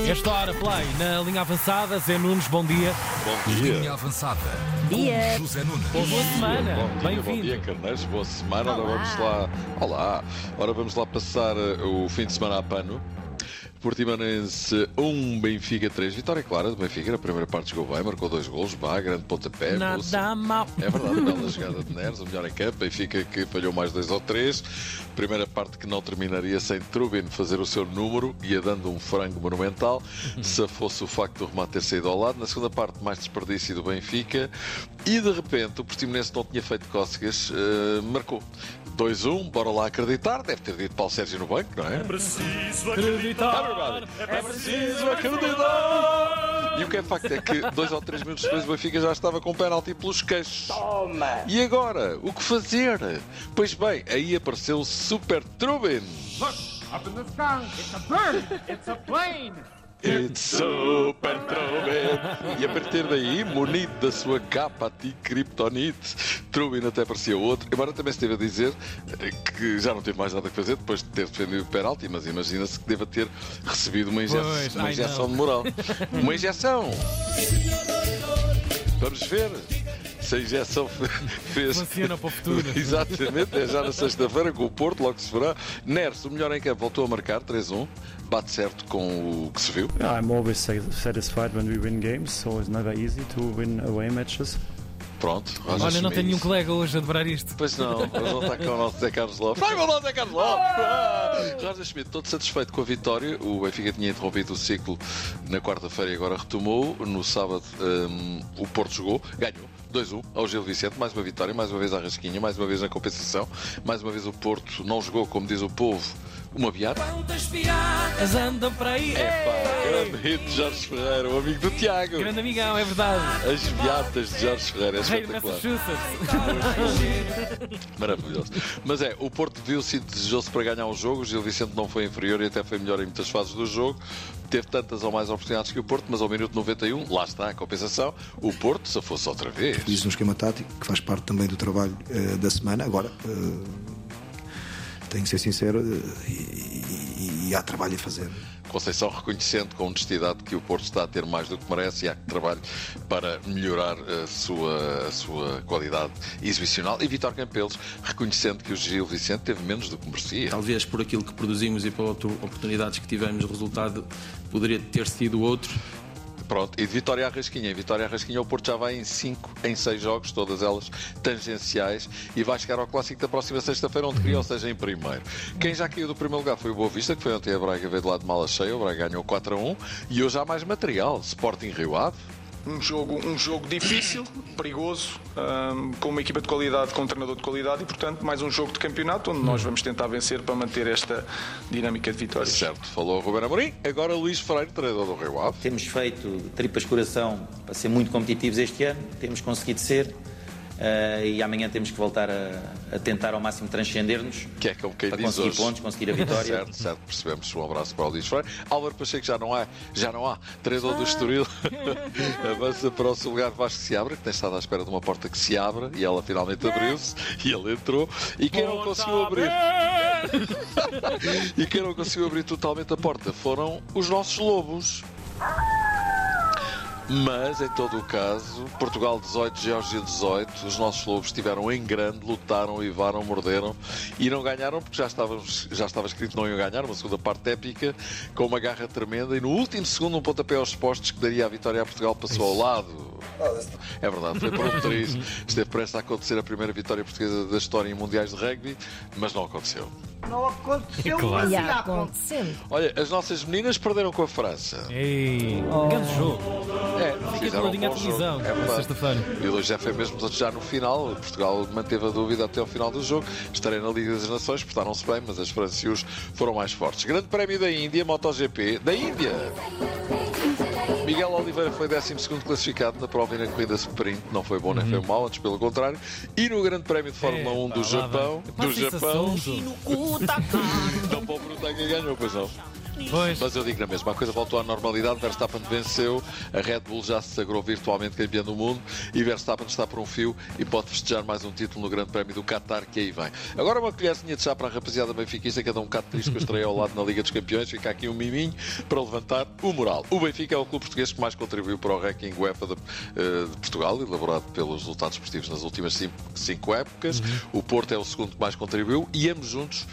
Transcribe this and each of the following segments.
Esta hora, play na linha avançada. Zé Nunes, bom dia. Bom dia. Linha avançada. Dia. José Nunes. Boa semana. Bom Bem-vindo. dia, carneiros. Boa semana. Olá. Ora, vamos lá. Olá. Ora, vamos lá passar o fim de semana a pano. Portimonense 1, Benfica 3. Vitória clara do Benfica. Na primeira parte jogou bem, marcou 2 golos. Vá, grande pontapé. Nada mal. É verdade, bela jogada de Neres, o melhor em campo. Benfica que falhou mais 2 ou 3. Primeira parte que não terminaria sem Trubin fazer o seu número, ia dando um frango monumental, se fosse o facto do remate ter saído ao lado. Na segunda parte, mais desperdício do Benfica. E de repente, o Portimonense não tinha feito cócegas, marcou 2-1. Bora lá acreditar. Deve ter dito Paulo Sérgio no banco, não é? Preciso acreditar. É preciso acreditar! E o que é facto é que 2 ou 3 minutos depois o Benfica já estava com um penalti pelos queixos. Toma! E agora? O que fazer? Pois bem, aí apareceu o Super Trubin. Look, up in the sky. It's a bird. It's a plane. It's Super Trubin. E a partir daí, munido da sua capa anti-kryptonite, Trubin até parecia outro. Embora também se teve a dizer que já não teve mais nada a fazer depois de ter defendido o penalti, mas imagina-se que deva ter recebido uma injeção de moral. Uma injeção! Vamos ver se a injeção fez. Funciona para o futuro. Exatamente, é já na sexta-feira com o Porto, logo se verá. Neres, o melhor em campo, voltou a marcar 3-1. Bate certo com o que se viu. I'm always satisfied when we win games, so it's never easy to win away matches. Pronto, Roger Olha, não Schmidt. tenho nenhum colega hoje a adorar isto. Pois não, vamos voltar com o nosso Zé Carlos Lopes. Vai, meu Zé Carlos Lopes! Roger Schmidt, todo satisfeito com a vitória. O Benfica tinha interrompido o ciclo na quarta-feira e agora retomou. No sábado, o Porto jogou, ganhou. 2-1 ao Gil Vicente, mais uma vitória, mais uma vez à Rasquinha, mais uma vez na compensação, mais uma vez o Porto não jogou, como diz o povo, uma beata. Quantas piadas andam para aí? Grande hit de Jorge Ferreira, o amigo do Tiago. Grande amigão, é verdade. As beatas de Jorge Ferreira, é Rei de espetacular. Massachusetts. Maravilhoso. Mas o Porto viu-se desejoso para ganhar o jogo, o Gil Vicente não foi inferior e até foi melhor em muitas fases do jogo. Teve tantas ou mais oportunidades que o Porto, mas ao minuto 91, lá está a compensação, o Porto se fosse outra vez. Fiz um esquema tático que faz parte também do trabalho da semana. Agora, tenho que ser sincero, e há trabalho a fazer. Conceição reconhecendo com honestidade que o Porto está a ter mais do que merece e há que trabalho para melhorar a sua qualidade exibicional. E Vítor Campelos reconhecendo que o Gil Vicente teve menos do que merecia. Talvez por aquilo que produzimos e pelas oportunidades que tivemos, o resultado poderia ter sido outro. Pronto, e de Vitória à Rasquinha. Em Vitória à Rasquinha o Porto já vai em 6 jogos, todas elas tangenciais, e vai chegar ao clássico da próxima sexta-feira, onde queria, ou seja, em primeiro. Quem já caiu do primeiro lugar foi o Boa Vista, que foi ontem a Braga, veio de lá de mala cheia. O Braga ganhou 4-1 e hoje há mais material. Sporting Rio Ave. Um jogo difícil, perigoso, com uma equipa de qualidade, com um treinador de qualidade e, portanto, mais um jogo de campeonato onde nós vamos tentar vencer para manter esta dinâmica de vitórias. Certo, falou o Ruben Amorim. Agora Luís Freire, treinador do Rio Ave. Temos feito tripas de coração para ser muito competitivos este ano, temos conseguido ser. E amanhã temos que voltar a tentar ao máximo transcender-nos, que é como quem para diz conseguir hoje. Pontos, conseguir a vitória. Certo, percebemos. Um abraço para o Luís Freire. Álvaro Pacheco já não há treinador do Estoril. Avança para o seu lugar Vasco Seabra, que tem estado à espera de uma porta que se abra, e ela finalmente abriu-se e ele entrou. E quem não conseguiu abrir e quem não conseguiu abrir totalmente a porta foram os nossos lobos. Mas, em todo o caso, Portugal 18, Geórgia 18, os nossos lobos estiveram em grande, lutaram, ivaram, morderam e não ganharam porque já estava escrito que não iam ganhar. Uma segunda parte épica, com uma garra tremenda, e no último segundo um pontapé aos postos que daria a vitória a Portugal passou ao lado. É verdade, foi por um triz. Esteve prestes a acontecer a primeira vitória portuguesa da história em mundiais de rugby, mas não aconteceu. Não aconteceu, Claro. mas Já ia acontecendo. Olha, as nossas meninas perderam com a França. Ei, grande jogo. Fica Fizeram coladinho à bom televisão jogo. na Verdade. sexta-feira. E hoje já foi mesmo já no final. Portugal manteve a dúvida até ao final do jogo. Estarei na Liga das Nações, portaram-se bem, mas as franceses foram mais fortes. Grande Prémio da Índia, MotoGP da Índia. Miguel Oliveira foi 12º classificado na prova e na corrida sprint. Não foi bom nem foi mau, antes pelo contrário. E no Grande Prémio de Fórmula 1 do Japão, não vou perguntar quem ganhou, pois não. Pois. Mas eu digo na mesma, a coisa voltou à normalidade, Verstappen venceu, a Red Bull já se sagrou virtualmente campeã do mundo e Verstappen está por um fio e pode festejar mais um título no Grande Prémio do Qatar que aí vem. Agora uma colherzinha de chá para a rapaziada benfiquista que anda um bocado triste com a estreia ao lado na Liga dos Campeões, fica aqui um miminho para levantar o moral. O Benfica é o clube português que mais contribuiu para o ranking UEFA de Portugal, elaborado pelos resultados esportivos nas últimas 5 épocas. O Porto é o segundo que mais contribuiu e ambos juntos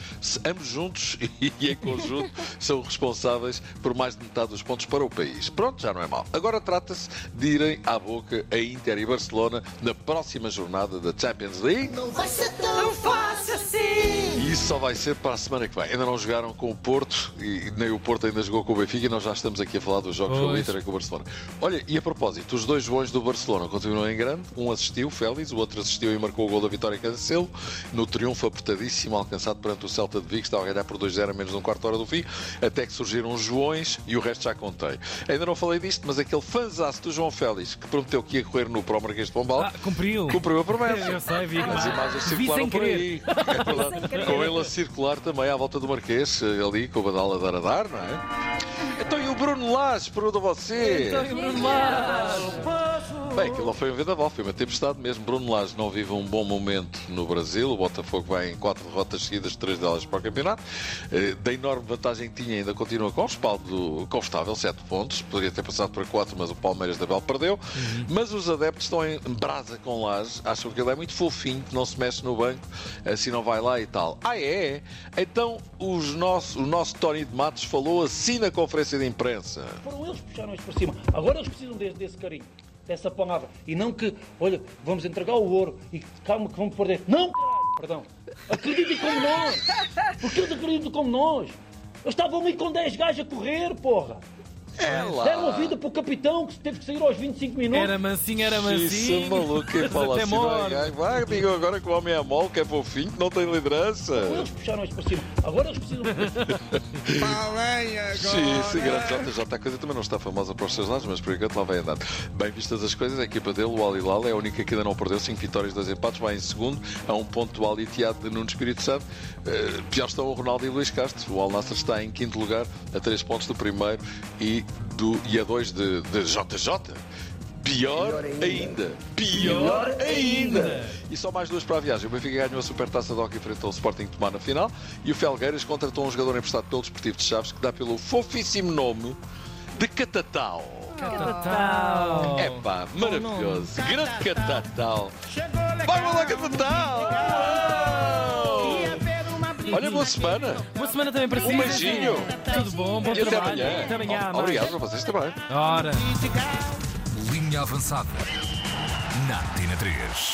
e em conjunto são responsáveis por mais de metade dos pontos para o país. Pronto, já não é mal. Agora trata-se de irem à boca a Inter e Barcelona na próxima jornada da Champions League. Não vai ser tão fácil assim. E isso só vai ser para a semana que vem. Ainda não jogaram com o Porto e nem o Porto ainda jogou com o Benfica e nós já estamos aqui a falar dos jogos com o Inter e com o Barcelona. Olha, e a propósito, os dois joões do Barcelona continuam em grande. Um assistiu, Félix, o outro assistiu e marcou o gol da vitória em Cancelo, no triunfo apertadíssimo alcançado perante o Celta de Vigo, que estava a ganhar por 2-0 a menos de um quarto de hora do fim, até que surgiram os joões e o resto já contei. Ainda não falei disto, mas aquele fanzaço do João Félix, que prometeu que ia correr no Pro Marquês de Pombal, Cumpriu. Cumpriu a promessa. Eu sei, vi. As imagens circularam por aí. É verdade. Com ele a circular também à volta do Marquês, ali com o badal a dar, não é? Então e o Bruno Lage, pergunto a você. Então, e o Bruno Lage? Bem, aquilo não foi um vendaval, foi uma tempestade mesmo. Bruno Lage não vive um bom momento no Brasil. O Botafogo vai em 4 derrotas seguidas, 3 delas para o campeonato. Da enorme vantagem que tinha, ainda continua com o respaldo confortável, 7 pontos. Poderia ter passado para 4, mas o Palmeiras da Bel perdeu. Mas os adeptos estão em brasa com Lage. Acham que ele é muito fofinho, que não se mexe no banco, assim não vai lá e tal. Ah, é? Então o nosso Tony de Matos falou assim na conferência de imprensa. Foram eles que puxaram isto para cima. Agora eles precisam desse carinho, dessa palavra. E não que, olha, vamos entregar o ouro e calma que vamos perder. Não, caralho! Perdão. Acreditem como nós. Porque eles acreditam como nós. Eu estava ali com 10 gajos a correr, porra. Deram a vida para o capitão que teve que sair aos 25 minutos. Era mansinho, era mansinho. Isso, maluco, quem fala assim não é gajo. Vai, digo agora que o homem é mole, que é fofinho, que não tem liderança. Eles puxaram isto para cima. Agora eles precisam... Sim, grande JJ, a coisa também não está famosa para os seus lados, mas por enquanto lá vai andar. Bem vistas as coisas, a equipa dele, o Al Hilal, é a única que ainda não perdeu, 5 vitórias, 2 empates, vai em segundo, a 1 ponto do Al Ittihad de Nuno Espírito Santo. Pior estão o Ronaldo e o Luís Castro. O Al Nassr está em 5º lugar, a 3 pontos do primeiro e a 2 de JJ. Pior ainda. E só mais 2 para a viagem. O Benfica ganhou a Supertaça de Hockey frente ao Sporting Tomar na final e o Felgueiras contratou um jogador emprestado pelo Desportivo de Chaves que dá pelo fofíssimo nome de Catatal. Catatal. Epá, maravilhoso. Grande Catatal. Vai lá, Catatal. Olha, boa semana. Boa semana também para si. Um beijinho. Tudo bom, bom E até trabalho. amanhã. Até amanhã. Obrigado para vocês também. Ora. Linha avançada. Na Antena 3.